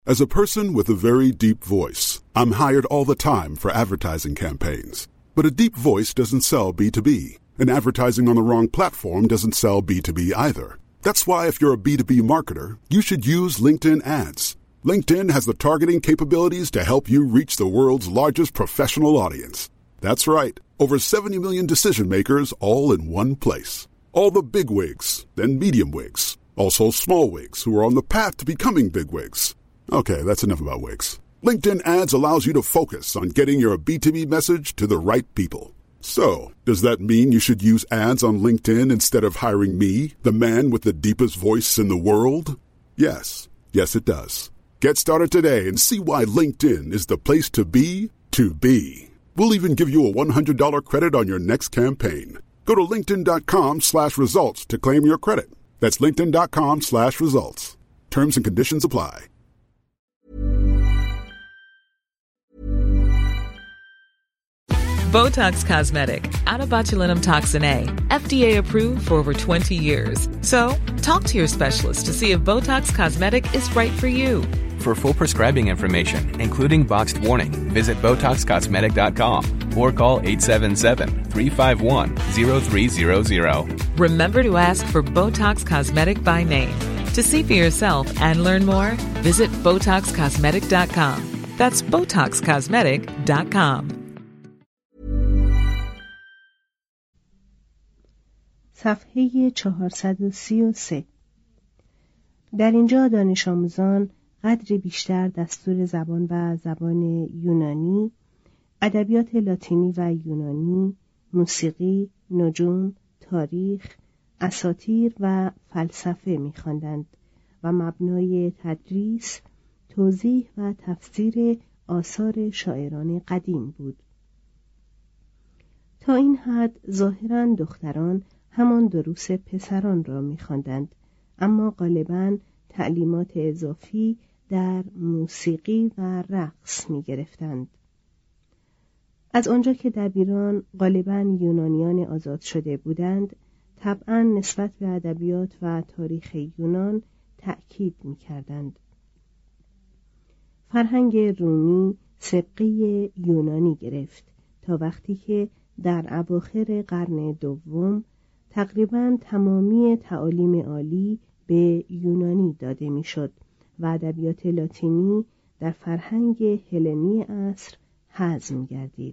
As a person with a very deep voice, I'm hired all the time for advertising campaigns. But a deep voice doesn't sell B2B, and advertising on the wrong platform doesn't sell B2B either. That's why if you're a B2B marketer, you should use LinkedIn ads. LinkedIn has the targeting capabilities to help you reach the world's largest professional audience. That's right, over 70 million decision makers all in one place. All the big wigs, then medium wigs, also small wigs who are on the path to becoming big wigs. Okay, that's enough about wigs. LinkedIn ads allows you to focus on getting your B2B message to the right people. So, does that mean you should use ads on LinkedIn instead of hiring me, the man with the deepest voice in the world? Yes. Yes, it does. Get started today and see why LinkedIn is the place to be. We'll even give you a $100 credit on your next campaign. Go to linkedin.com/results to claim your credit. That's linkedin.com/results. Terms and conditions apply. Botox Cosmetic, out of botulinum toxin A, FDA approved for over 20 years. So, talk to your specialist to see if Botox Cosmetic is right for you. For full prescribing information, including boxed warning, visit BotoxCosmetic.com or call 877-351-0300. Remember to ask for Botox Cosmetic by name. To see for yourself and learn more, visit BotoxCosmetic.com. That's BotoxCosmetic.com. صفحه 433. در اینجا دانش آموزان قدری بیشتر دستور زبان و زبان یونانی، ادبیات لاتینی و یونانی، موسیقی، نجوم، تاریخ، اساطیر و فلسفه می‌خواندند و مبنای تدریس، توضیح و تفسیر آثار شاعران قدیم بود. تا این حد ظاهراً دختران همان دروس پسران را می‌خواندند، اما غالباً تعلیمات اضافی در موسیقی و رقص می‌گرفتند. از آنجا که دبیران غالباً یونانیان آزاد شده بودند، طبعاً نسبت به ادبیات و تاریخ یونان تأکید می‌کردند. فرهنگ رومی سبقی یونانی گرفت تا وقتی که در اواخر قرن دوم تقریباً تمامی تعالیم عالی به یونانی داده میشد و ادبیات لاتینی در فرهنگ هلنی عصر هضم گردید.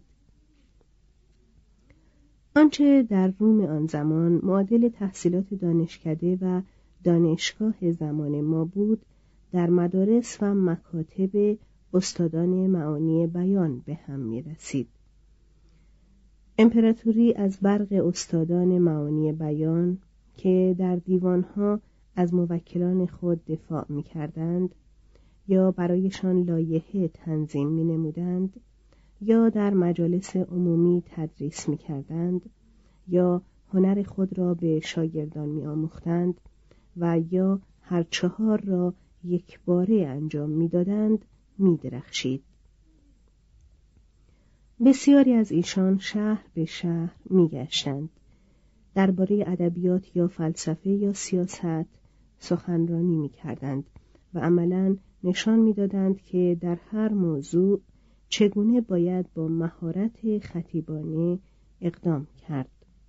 آنچه در روم آن زمان معادل تحصیلات دانشکده و دانشگاه زمان ما بود، در مدارس و مکاتب استادان معانی بیان به هم می رسید. امپراتوری از برق استادان معانی بیان که در دیوانها از موکلان خود دفاع می کردند، یا برایشان لایحه تنظیم می نمودند، یا در مجالس عمومی تدریس می کردند، یا هنر خود را به شاگردان می آموختند و یا هر چهار را یک باره انجام می دادند، می درخشید. بسیاری از ایشان شهر به شهر می گشتند. درباره ادبیات یا فلسفه یا سیاست سخنرانی می کردند و عملاً نشان می دادند که در هر موضوع چگونه باید با مهارت خطیبانه اقدام کرد.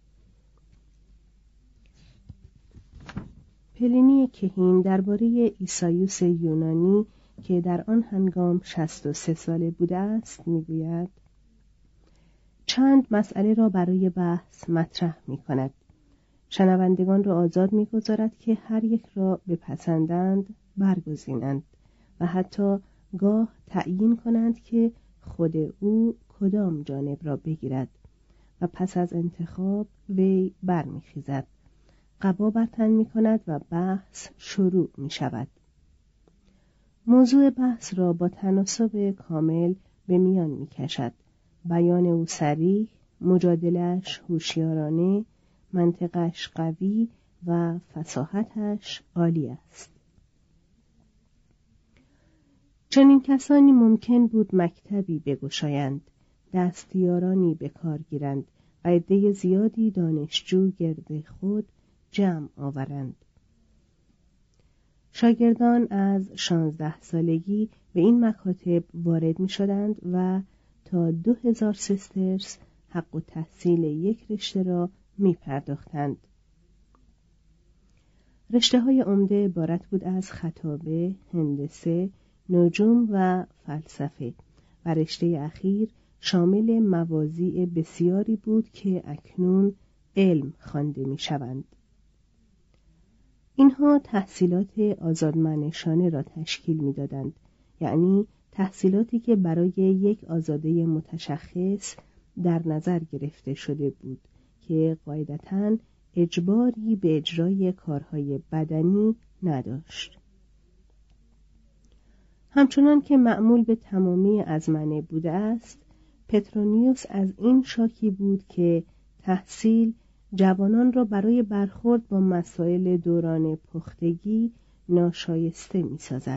پلینی کهین درباره ایسایوس یونانی که در آن هنگام 63 ساله بوده است میگوید: چند مسئله را برای بحث مطرح می کند. شنوندگان را آزاد می گذارد که هر یک را بپسندند برگزینند و حتی گاه تعیین کنند که خود او کدام جانب را بگیرد و پس از انتخاب وی برمیخیزد، قبا بر تن می کند و بحث شروع می شود. موضوع بحث را با تناسب کامل به میان می کشد. بیان او صریح، مجادله‌اش هوشیارانه، منطقش قوی و فصاحتش عالی است. چنین کسانی ممکن بود مکتبی بگشایند، دستیارانی به کار گیرند و عده زیادی دانشجو گرد خود جمع آورند. شاگردان از 16 سالگی به این مکاتب وارد می شدند و تا 2000 سسترس حق التحصیل یک رشته را می پرداختند. رشته های عمده عبارت بود از خطابه، هندسه، نجوم و فلسفه و رشته اخیر شامل مواضیع بسیاری بود که اکنون علم خوانده می شوند. اینها تحصیلات آزادمنشانه را تشکیل می دادند، یعنی تحصیلاتی که برای یک آزاده متشخص در نظر گرفته شده بود که قاعدتاً اجباری به اجرای کارهای بدنی نداشت. همچنان که معمول به تمامی ازمنه بوده است، پترونیوس از این شاکی بود که تحصیل جوانان را برای برخورد با مسائل دوران پختگی ناشایسته می‌سازد.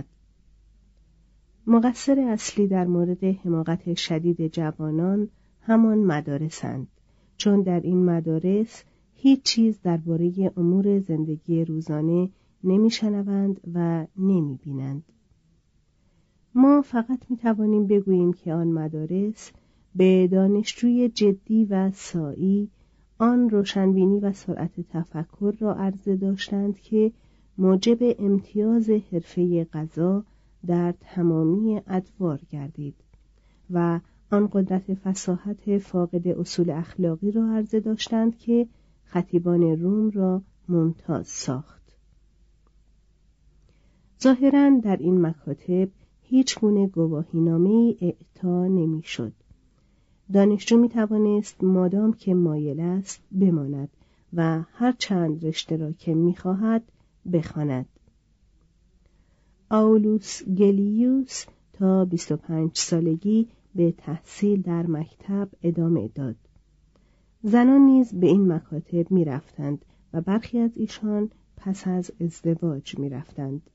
مقصر اصلی در مورد حماقت شدید جوانان همان مدارسند، چون در این مدارس هیچ چیز درباره امور زندگی روزانه نمی‌شنوند و نمی‌بینند. ما فقط می‌توانیم بگوییم که آن مدارس به دانشجوی جدی و سعی آن روشنبینی و سرعت تفکر را عرضه داشتند که موجب امتیاز حرفه قضا در تمامی ادوار گردید و آن قدرت فصاحت فاقد اصول اخلاقی را عرضه داشتند که خطیبان روم را ممتاز ساخت. ظاهراً در این مکاتب هیچ گونه گواهینامه‌ای اعطا نمی‌شد. دانشجو می‌توانست مادام که مایل است بماند و هر چند رشته را که می‌خواهد بخواند. آولوس گلیوس تا 25 سالگی به تحصیل در مکتب ادامه داد. زنان نیز به این مکاتب می‌رفتند و برخی از ایشان پس از ازدواج می‌رفتند.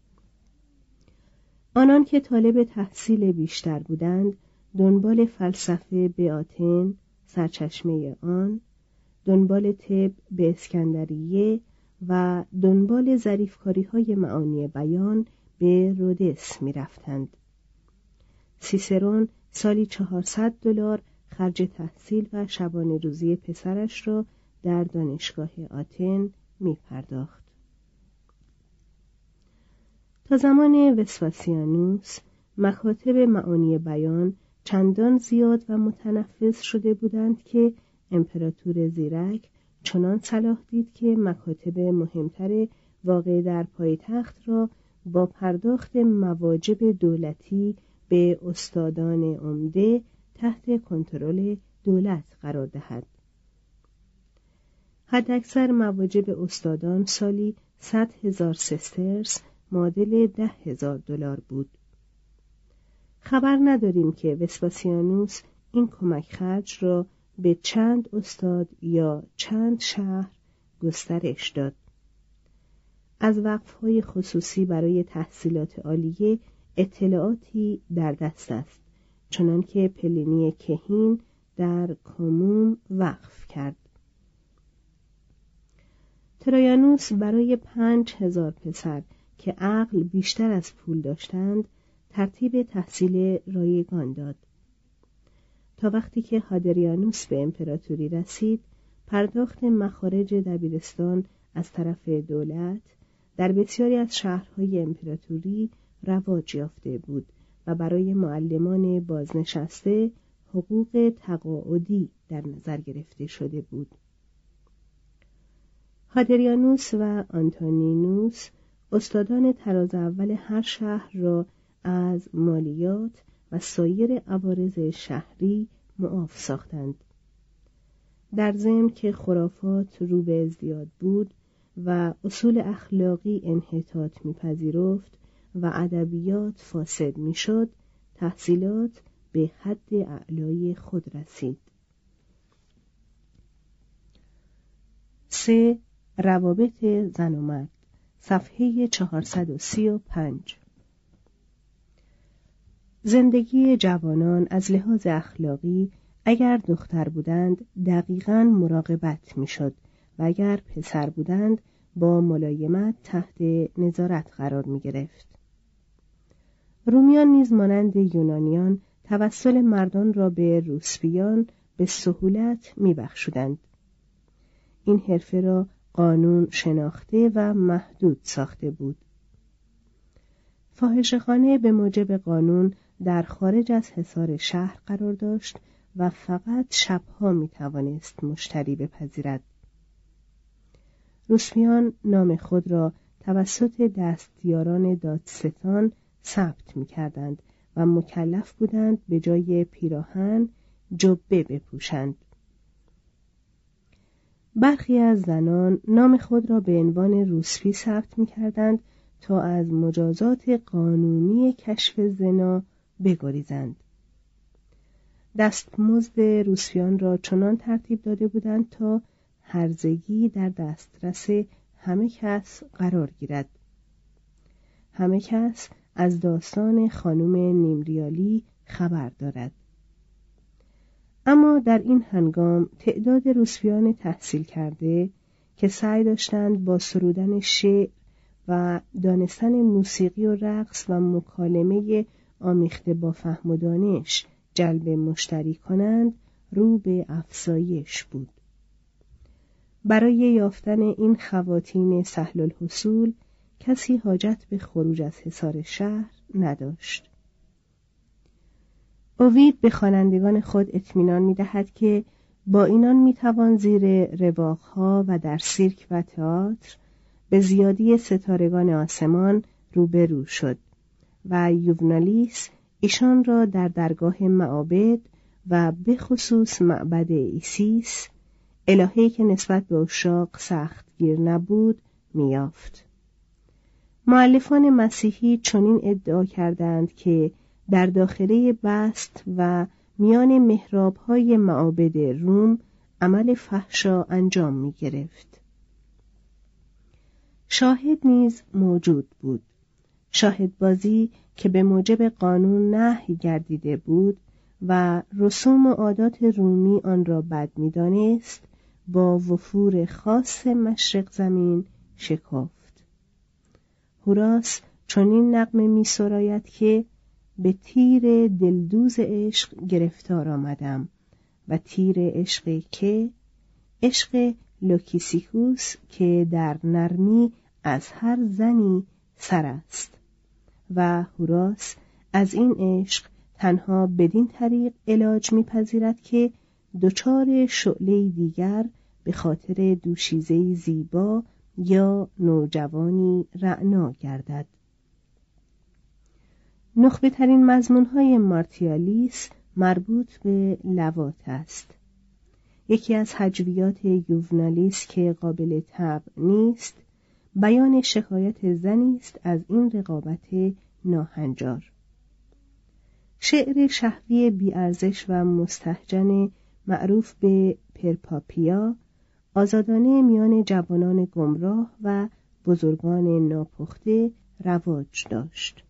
آنان که طالب تحصیل بیشتر بودند دنبال فلسفه به آتن، سرچشمه آن، دنبال طب به اسکندریه و دنبال ظریفکاری‌های معانی بیان به رودس می‌رفتند. سیسرون سالی $400 خرج تحصیل و شبانه روزی پسرش را در دانشگاه آتن می‌پرداخت. تا زمان وسپاسیانوس مکاتب معانی بیان چندان زیاد و متنفذ شده بودند که امپراتور زیرک چنان صلاح دید که مکاتب مهمتر واقع در پایتخت را با پرداخت مواجب دولتی به استادان عمده تحت کنترل دولت قرار دهد. حداکثر مواجب استادان سالی 100,000 سسترس معادل $10,000 بود. خبر نداریم که وسپاسیانوس این کمک خرج را به چند استاد یا چند شهر گسترش داد. از وقف‌های خصوصی برای تحصیلات عالیه اطلاعاتی در دست است، چنانکه پلینی کهین در کاموم وقف کرد. ترایانوس برای 5,000 پسر که عقل بیشتر از پول داشتند ترتیب تحصیل رایگان داد. تا وقتی که هادریانوس به امپراتوری رسید، پرداخت مخارج دبیرستان از طرف دولت در بسیاری از شهرهای امپراتوری رواج یافته بود و برای معلمان بازنشسته حقوق تقاعدی در نظر گرفته شده بود. هادریانوس و آنتونینوس استادان طراز اول هر شهر را از مالیات و سایر عوارض شهری معاف ساختند. در ضمن که خرافات رو به ازدیاد بود و اصول اخلاقی انحطاط می‌پذیرفت و ادبیات فاسد می‌شد، تحصیلات به حد اعلای خود رسید. 3. روابط زن و مرد، صفحه 435. زندگی جوانان از لحاظ اخلاقی اگر دختر بودند دقیقاً مراقبت می‌شد و اگر پسر بودند با ملایمت تحت نظارت قرار می گرفت. رومیان نیز مانند یونانیان توسل مردان را به روسپیان به سهولت می بخشودند. این حرفه را قانون شناخته و محدود ساخته بود. فاحشه‌خانه به موجب قانون در خارج از حصار شهر قرار داشت و فقط شبها می توانست مشتری بپذیرد. روسپیان نام خود را توسط دستیاران دادستان ثبت می کردند و مکلف بودند به جای پیراهن جبه بپوشند. برخی از زنان نام خود را به عنوان روسپی ثبت می کردند تا از مجازات قانونی کشف زنا بگریزند. دستمزد روسپیان را چنان ترتیب داده بودند تا هرزگی در دسترس همه کس قرار گیرد. همه کس از داستان خانم نیمریالی خبر دارد. اما در این هنگام تعداد روسپیان تحصیل کرده که سعی داشتند با سرودن شعر و دانستن موسیقی و رقص و مکالمه آمیخته با فهم و دانش جلب مشتری کنند رو به افزایش بود. برای یافتن این خواتین سهل الحصول کسی حاجت به خروج از حصار شهر نداشت. اوید به خوانندگان خود اطمینان می‌دهد که با اینان می‌توان زیر رواق‌ها و در سیرک و تئاتر به زیادی ستارگان آسمان روبرو شد و یوونالیس ایشان را در درگاه معابد و به خصوص معبد ایسیس، الهه‌ای که نسبت به عشاق سختگیر نبود، می‌یافت. مؤلفان مسیحی چنین ادعا کردند که در داخله بست و میان محراب‌های معابد روم عمل فحشا انجام می‌گرفت. شاهد نیز موجود بود. شاهدبازی که به موجب قانون نهی گردیده بود و رسوم و عادات رومی آن را بد می‌دانست، با وفور خاص مشرق زمین شکافت. هوراس چنین نغمه می‌سراید که به تیر دلدوز عشق گرفتار آمدم و تیر عشق که عشق لوکیسیکوس که در نرمی از هر زنی سر است. و هوراس از این عشق تنها بدین طریق علاج می‌پذیرد که دچار شعله دیگر به خاطر دوشیزه‌ای زیبا یا نوجوانی رعنا گردد. نخبه ترین مضمون‌های مارتیالیس مربوط به لواط است. یکی از هجویات یوونالیس که قابل طبع نیست، بیان شکایت زنی است از این رقابت ناهنجار. شعر شهوی بی‌ارزش و مستهجن معروف به پرپاپیا، آزادانه میان جوانان گمراه و بزرگان ناپخته رواج داشت.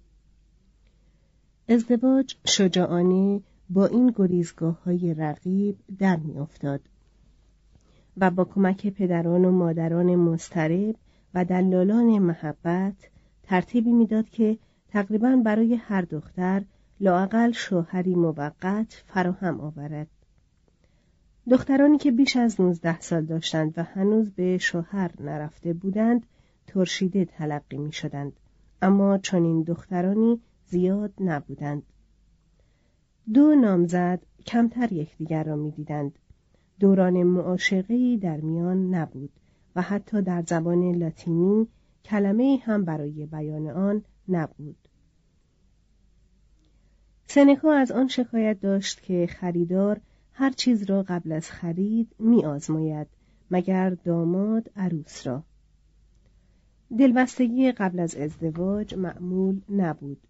ازدواج شجاعانه با این گریزگاه‌های رقیب در می‌افتاد و با کمک پدران و مادران مضطرب و دلالان محبت ترتیبی می‌داد که تقریباً برای هر دختر لااقل شوهری موقت فراهم آورد. دخترانی که بیش از 19 سال داشتند و هنوز به شوهر نرفته بودند ترشیده تلقی می‌شدند، اما چنین دخترانی زیاد نبودند. دو نامزد کمتر یکدیگر را می‌دیدند. دوران معاشقه‌ای در میان نبود و حتی در زبان لاتینی کلمه‌ای هم برای بیان آن نبود. سنکا از آن شکایت داشت که خریدار هر چیز را قبل از خرید می‌آزماید مگر داماد عروس را. دلبستگی قبل از ازدواج معمول نبود.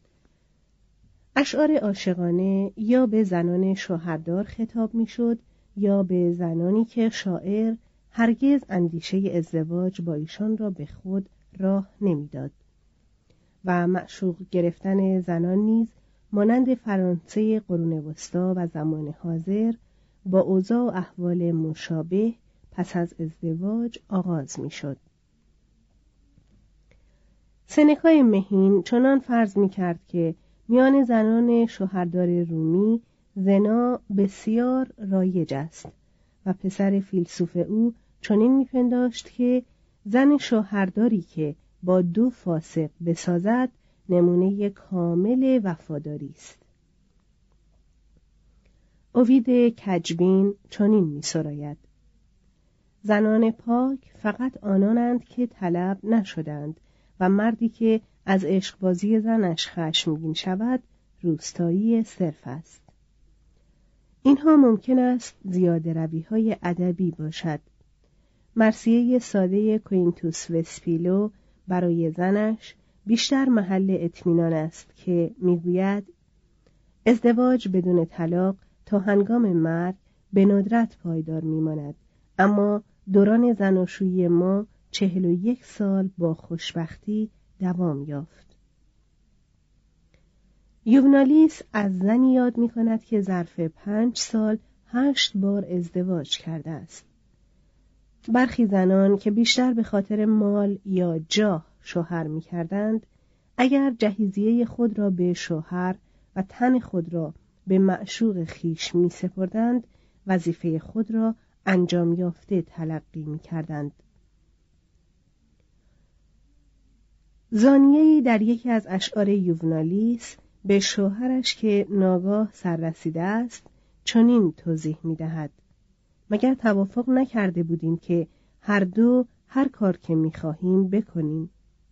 اشعار عاشقانه یا به زنان شوهردار خطاب می‌شد یا به زنانی که شاعر هرگز اندیشه ازدواج با ایشان را به خود راه نمی‌داد. و معشوق گرفتن زنان نیز مانند فرانسه قرون وسطی و زمان حاضر با اوضاع و احوال مشابه پس از ازدواج آغاز می‌شد. سنکای مهین چنان فرض می‌کرد که میان زنان شوهردار رومی زنا بسیار رایج است و پسر فیلسوف او چنین می‌پنداشت که زن شوهرداری که با 2 فاسق بسازد نمونه کامل وفاداری است. اوید کجبین چنین می‌سراید: زنان پاک فقط آنانند که طلب نشدند و مردی که از عشقبازی زنش خشمگین شود روستایی صرف است. اینها ممکن است زیاده روی‌های ادبی باشد. مرثیه ساده کوینتوس وسپیلو برای زنش بیشتر محل اطمینان است که میگوید ازدواج بدون طلاق تا هنگام مرگ به ندرت پایدار میماند، اما دوران زناشویی ما 41 سال با خوشبختی دوام یافت. یوونالیس از زنی یاد می کند که ظرف 5 سال 8 بار ازدواج کرده است. برخی زنان که بیشتر به خاطر مال یا جاه شوهر می کردند، اگر جهیزیه خود را به شوهر و تن خود را به معشوق خیش می سپردند، وظیفه خود را انجام یافته تلقی می کردند. زانیه‌ای در یکی از اشعار یوونالیس به شوهرش که ناگاه سررسیده است چنین توضیح می دهد: مگر توافق نکرده بودیم که هر دو هر کار که می خواهیم بکنیم؟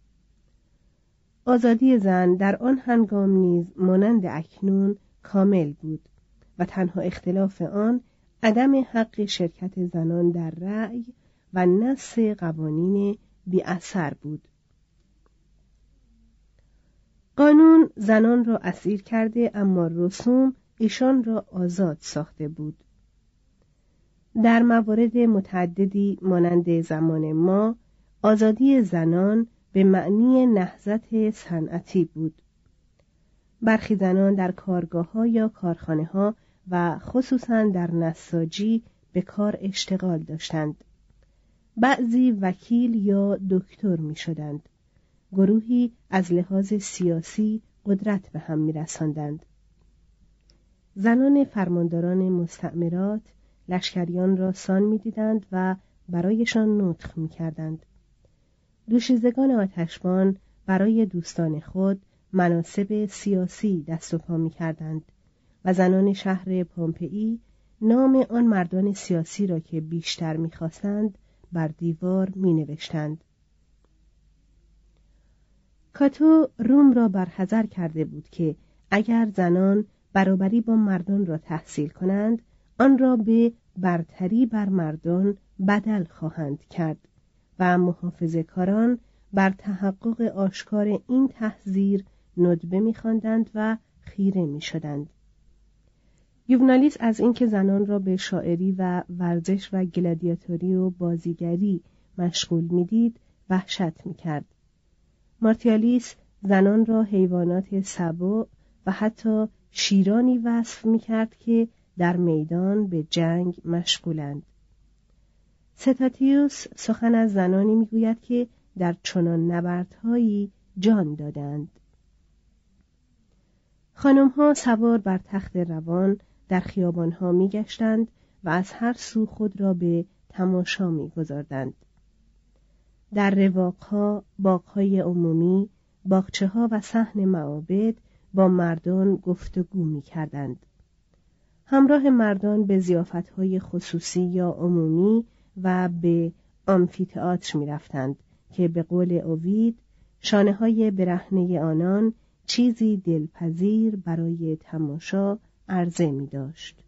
آزادی زن در آن هنگام نیز مانند اکنون کامل بود و تنها اختلاف آن عدم حق شرکت زنان در رأی و نص قوانین بی اثر بود. قانون زنان را اسیر کرده اما رسوم ایشان را آزاد ساخته بود. در موارد متعددی مانند زمان ما آزادی زنان به معنی نهضت صنعتی بود. برخی زنان در کارگاه‌ها یا کارخانه‌ها و خصوصاً در نساجی به کار اشتغال داشتند. بعضی وکیل یا دکتر می شدند. گروهی از لحاظ سیاسی قدرت به هم می رساندند. زنان فرمانداران مستعمرات لشکریان را سان می دیدند و برایشان نطق می کردند. دوشیزگان آتشبان برای دوستان خود مناصب سیاسی دست و پا می کردند و زنان شهر پومپئی نام آن مردان سیاسی را که بیشتر می خواستند بر دیوار می نوشتند. کاتو روم را برحذر کرده بود که اگر زنان برابری با مردان را تحصیل کنند آن را به برتری بر مردان بدل خواهند کرد و محافظه‌کاران بر تحقق آشکار این تحذیر ندبه می‌خواندند و خیره می‌شدند. یوونالیس از اینکه زنان را به شاعری و ورزش و گلادیاتوری و بازیگری مشغول می‌دید وحشت می‌کرد. مارتیالیس زنان را حیوانات سبع و حتی شیرانی وصف می‌کرد که در میدان به جنگ مشغولند. ستاتیوس سخن از زنانی می‌گوید که در چنان نبردهایی جان دادند. خانم‌ها سوار بر تخت روان در خیابان‌ها می‌گشتند و از هر سو خود را به تماشا می‌گذاردند. در رواق‌ها، باغ‌های عمومی، باغچه‌ها و صحن معابد با مردان گفتگو می‌کردند. همراه مردان به ضیافت‌های خصوصی یا عمومی و به آمفی‌تئاتر می‌رفتند که به قول اوید شانه‌های برهنه آنان چیزی دلپذیر برای تماشا عرضه می‌داشت.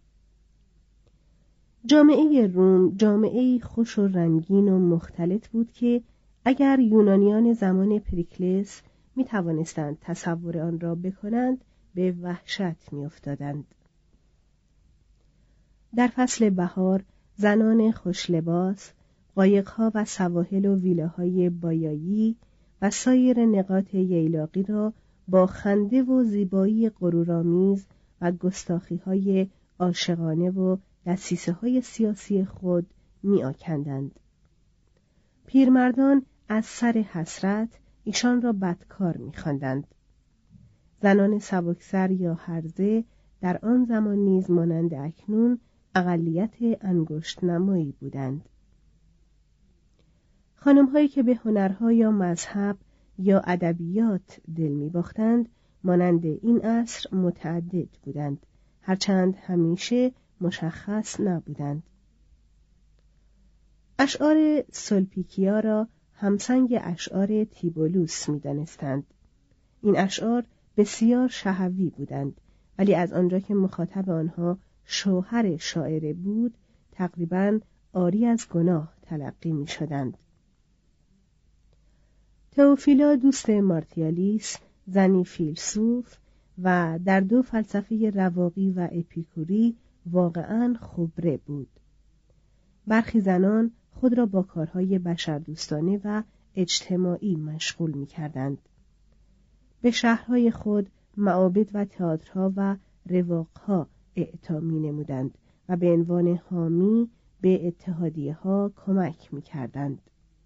جامعه روم جامعه‌ای خوش و رنگین و مختلط بود که اگر یونانیان زمان پریکلس می‌توانستند تصور آن را بکنند به وحشت می‌افتادند. در فصل بهار زنان خوشلباس، قایق‌ها و سواحل و ویلاهای بایایی و سایر نقاط ییلاقی را با خنده و زیبایی غرورآمیز و گستاخی‌های عاشقانه و دسیسه‌های سیاسی خود می‌آکندند. پیرمردان از سر حسرت ایشان را بدکار می‌خواندند. زنان سبکسر یا هرزه در آن زمان نیز مانند اکنون اقلیت انگشت نمایی بودند. خانم‌هایی که به هنرها یا مذهب یا ادبیات دل می‌باختند مانند این عصر متعدد بودند، هرچند همیشه مشخص نبودند. اشعار سلپیکیا را همسنگ اشعار تیبولوس می‌دانستند. این اشعار بسیار شهوی بودند، ولی از آنجا که مخاطب آنها شوهر شاعر بود تقریباً عاری از گناه تلقی می‌شدند. تئوفیلا دوست مارتیالیس زنی فیلسوف و در دو فلسفه رواقی و اپیکوری واقعاً خبره بود. برخی زنان خود را با کارهای بشردوستانه و اجتماعی مشغول می‌کردند. به شهرهای خود معابد و تئاترها و رواقها اعطا می‌نمودند و به عنوان حامی به اتحادیه‌ها کمک می‌کردند.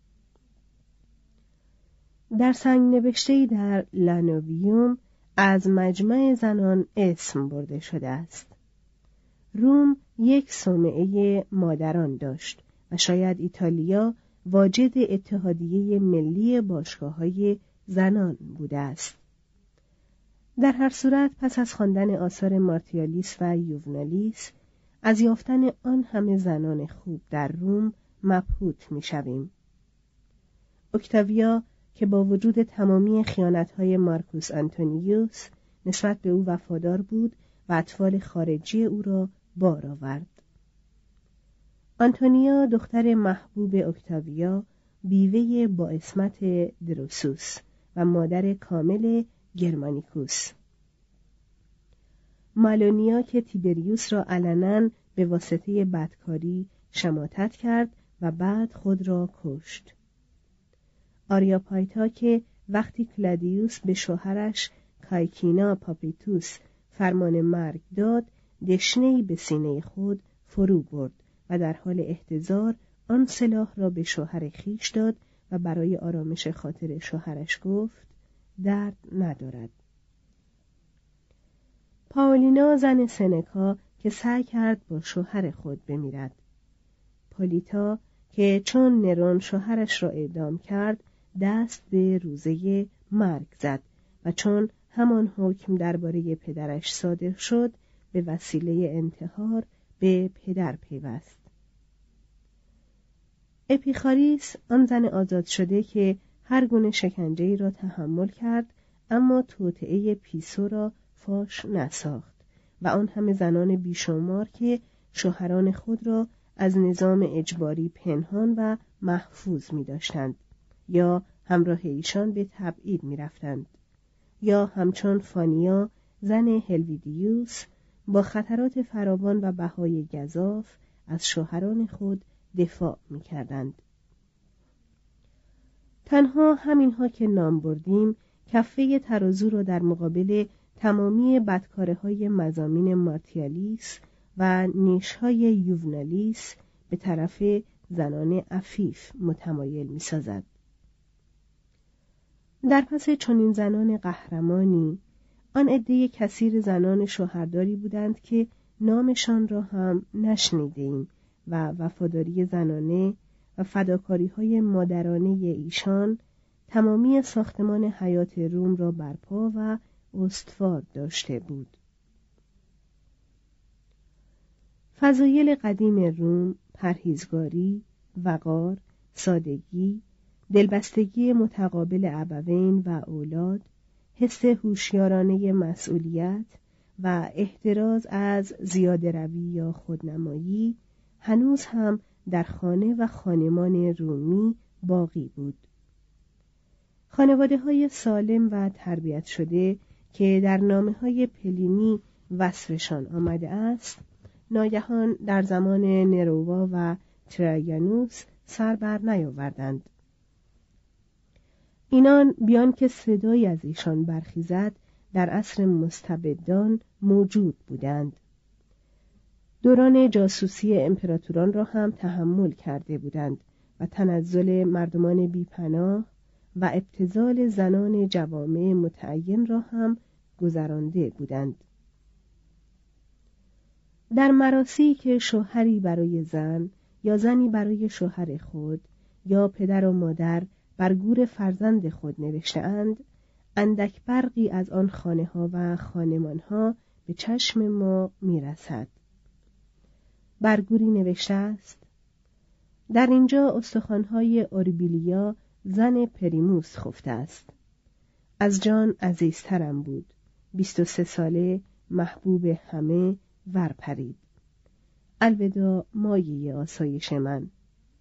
در سنگ نوشته‌ای در لانویوم از مجمع زنان اسم برده شده است. روم یک صومعه مادران داشت و شاید ایتالیا واجد اتحادیه ملی باشگاه‌های زنان بوده است. در هر صورت پس از خواندن آثار مارتیالیس و یوونالیس از یافتن آن همه زنان خوب در روم مبهوت می‌شویم. اکتاویا که با وجود تمامی خیانت‌های مارکوس آنتونیوس نسبت به او وفادار بود و اطفال خارجی او را بار آورد. آنتونیا دختر محبوب اکتاویا بیوه با اسمت دروسوس و مادر کامل گرمانیکوس. مالونیا که تیبریوس را علناً به واسطه بدکاری شماتت کرد و بعد خود را کشت. آریاپایتا که وقتی کلادیوس به شوهرش کایکینا پاپیتوس فرمان مرگ داد دشنه‌ای به سینه خود فرو برد و در حال احتضار آن سلاح را به شوهر خویش داد و برای آرامش خاطر شوهرش گفت درد ندارد. پاولینا زن سنکا که سعی کرد با شوهر خود بمیرد. پولیتا که چون نرون شوهرش را اعدام کرد دست به روزه مرگ زد و چون همان حکم درباره پدرش صادر شد به وسیله انتحار به پدر پیوست. اپیخاریس آن زن آزاد شده که هر گونه شکنجه‌ای را تحمل کرد اما توطئه پیسو را فاش نساخت و آن همه زنان بیشمار که شوهران خود را از نظام اجباری پنهان و محفوظ می داشتند یا همراه ایشان به تبعید می رفتند یا همچون فانیا زن هلویدیوس با خطرات فراوان و بهای گزاف از شوهران خود دفاع می کردند. تنها همینها که نام بردیم کفه ترازو را در مقابل تمامی بدکاره‌های مضامین مارتیالیس و نیش‌های یوونالیس به طرف زنان عفیف متمایل می‌سازد. در پس چنین زنان قهرمانی آن عده کثیر زنان شوهرداری بودند که نامشان را هم نشنیدیم و وفاداری زنانه و فداکاری‌های مادرانه ایشان تمامی ساختمان حیات روم را برپا و استوار داشته بود. فضایل قدیم روم پرهیزگاری، وقار، سادگی، دلبستگی متقابل ابوین و اولاد، حس هوشیارانه مسئولیت و احتراز از زیاده‌روی یا خودنمایی هنوز هم در خانه و خانمان رومی باقی بود. خانواده‌های سالم و تربیت شده که در نامه‌های پلینی وصفشان آمده است، ناگهان در زمان نرووا و ترایانوس سر بر نیاوردند. اینان بیان که صدایی از ایشان برخیزد در عصر مستبدان موجود بودند. دوران جاسوسی امپراتوران را هم تحمل کرده بودند و تنزل مردمان بیپناه و ابتذال زنان جوامع متعین را هم گذرانده بودند. در مراسی که شوهری برای زن یا زنی برای شوهر خود یا پدر و مادر بر گور فرزند خود نوشته‌اند، اندک برقی از آن خانه‌ها و خانمان‌ها به چشم ما می‌رسد. بر گوری نوشته است: در اینجا استخوان‌های اوربیلیا زن پریموس خفته است. از جان عزیزترم بود. 23 ساله، محبوب همه، ورپرید. الوداع مایه آسایش من.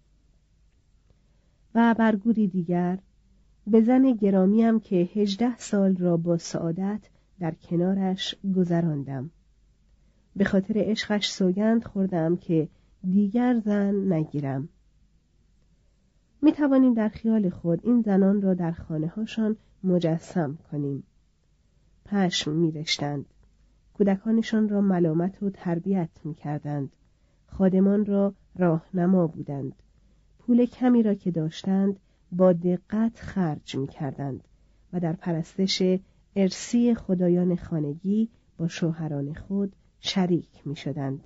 و بر گوری دیگر: به زن گرامیم که 18 سال را با سعادت در کنارش گذراندم. به خاطر عشقش سوگند خوردم که دیگر زن نگیرم. می توانیم در خیال خود این زنان را در خانه هاشان مجسم کنیم. پشم می رشتند. کودکانشان را ملامت و تربیت می کردند. خادمان را راهنما بودند. پول کمی را که داشتند با دقت خرج می کردند و در پرستش ارثی خدایان خانگی با شوهران خود شریک می شدند.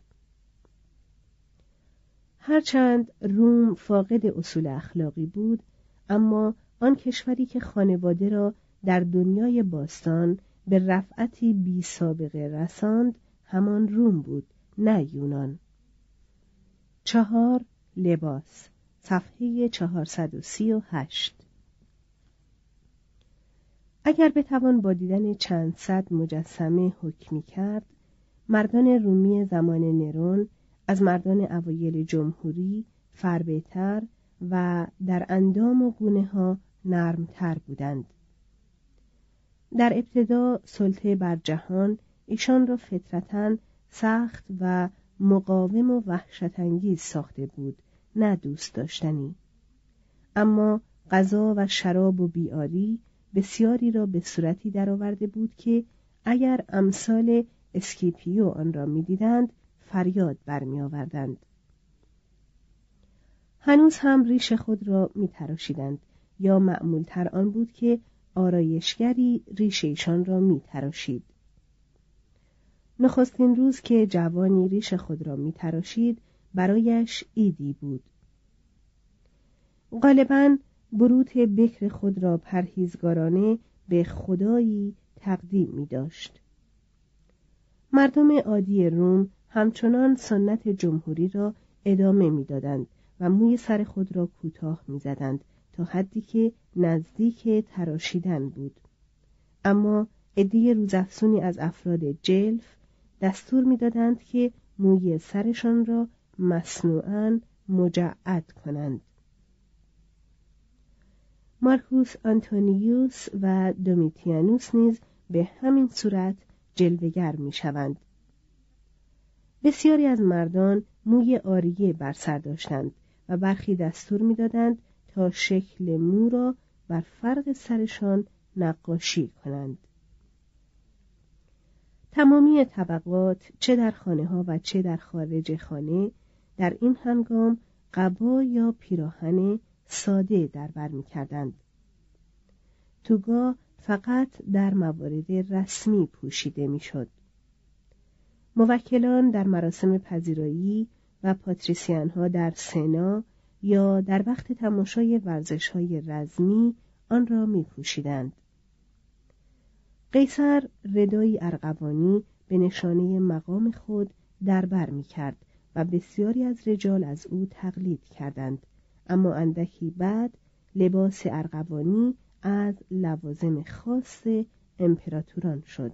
هرچند روم فاقد اصول اخلاقی بود، اما آن کشوری که خانواده را در دنیای باستان به رفعتی بی سابقه رساند همان روم بود، نه یونان. 4. لباس، صفحه 438. اگر بتوان با دیدن چند صد مجسمه حکمی کرد، مردان رومی زمان نرون از مردان اوایل جمهوری فربه‌تر و در اندام و گونه ها نرمتر بودند. در ابتدا سلطه بر جهان ایشان را فطرتاً سخت و مقاوم و وحشت‌انگیز ساخته بود، نه دوست داشتنی. اما غذا و شراب و بیاری بسیاری را به صورتی درآورده بود که اگر امثال اسکیپیو آن را می‌دیدند فریاد برمی‌آوردند. هنوز هم ریش خود را می‌تراشیدند، یا معمول‌تر آن بود که آرایشگری ریش ایشان را می‌تراشید. نخستین روز که جوانی ریش خود را می‌تراشید برایش عیدی بود. غالباً بروت بکر خود را پرهیزگارانه به خدایی تقدیم می‌داشت. مردم عادی روم همچنان سنت جمهوری را ادامه می‌دادند و موی سر خود را کوتاه می‌زدند تا حدی که نزدیک تراشیدن بود. اما عده روزافزونی از افراد جلف دستور می‌دادند که موی سرشان را مصنوعاً مجعد کنند. مارکوس آنتونیوس و دومیتیانوس نیز به همین صورت جلوه‌گر می‌شوند. بسیاری از مردان موی عاریه بر سر داشتند و برخی دستور می‌دادند تا شکل مو را بر فرق سرشان نقاشی کنند. تمامی طبقات چه در خانه‌ها و چه در خارج خانه در این هنگام قبا یا پیراهن ساده در بر می‌کردند. توگا فقط در موارد رسمی پوشیده می‌شد. موکلان در مراسم پذیرایی و پاتریسیان‌ها در سنا یا در وقت تماشای ورزش‌های رزمی آن را می‌پوشیدند. قیصر ردایی ارغوانی به نشانه مقام خود در بر می‌کرد و بسیاری از رجال از او تقلید کردند، اما اندکی بعد لباس ارغوانی از لوازم خاص امپراتوران شد.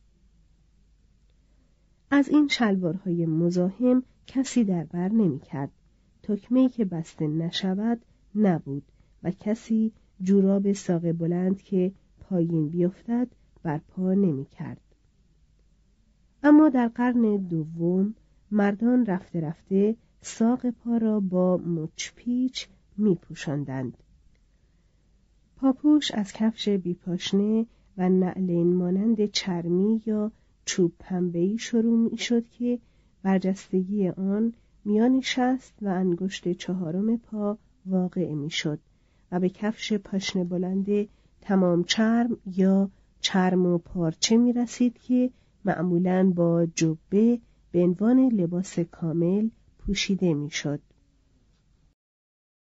از این شلوارهای مزاحم کسی در بر نمی‌کرد. تکمه‌ای که بسته نشود نبود و کسی جوراب ساق بلند که پایین بیفتد بر پا نمی‌کرد. اما در قرن دوم مردان رفته رفته ساق پا را با مچ-پیچ می‌پوشاندند. پاپوش از کفش بیپاشنه و نعلین مانند چرمی یا چوب پنبه‌ای شروع می‌شد که برجستگی آن میان شست و انگشت چهارم پا واقع می‌شد و به کفش پاشنه بلند تمام چرم یا چرم و پارچه می رسید که معمولاً با جبه به عنوان لباس کامل پوشیده می شد.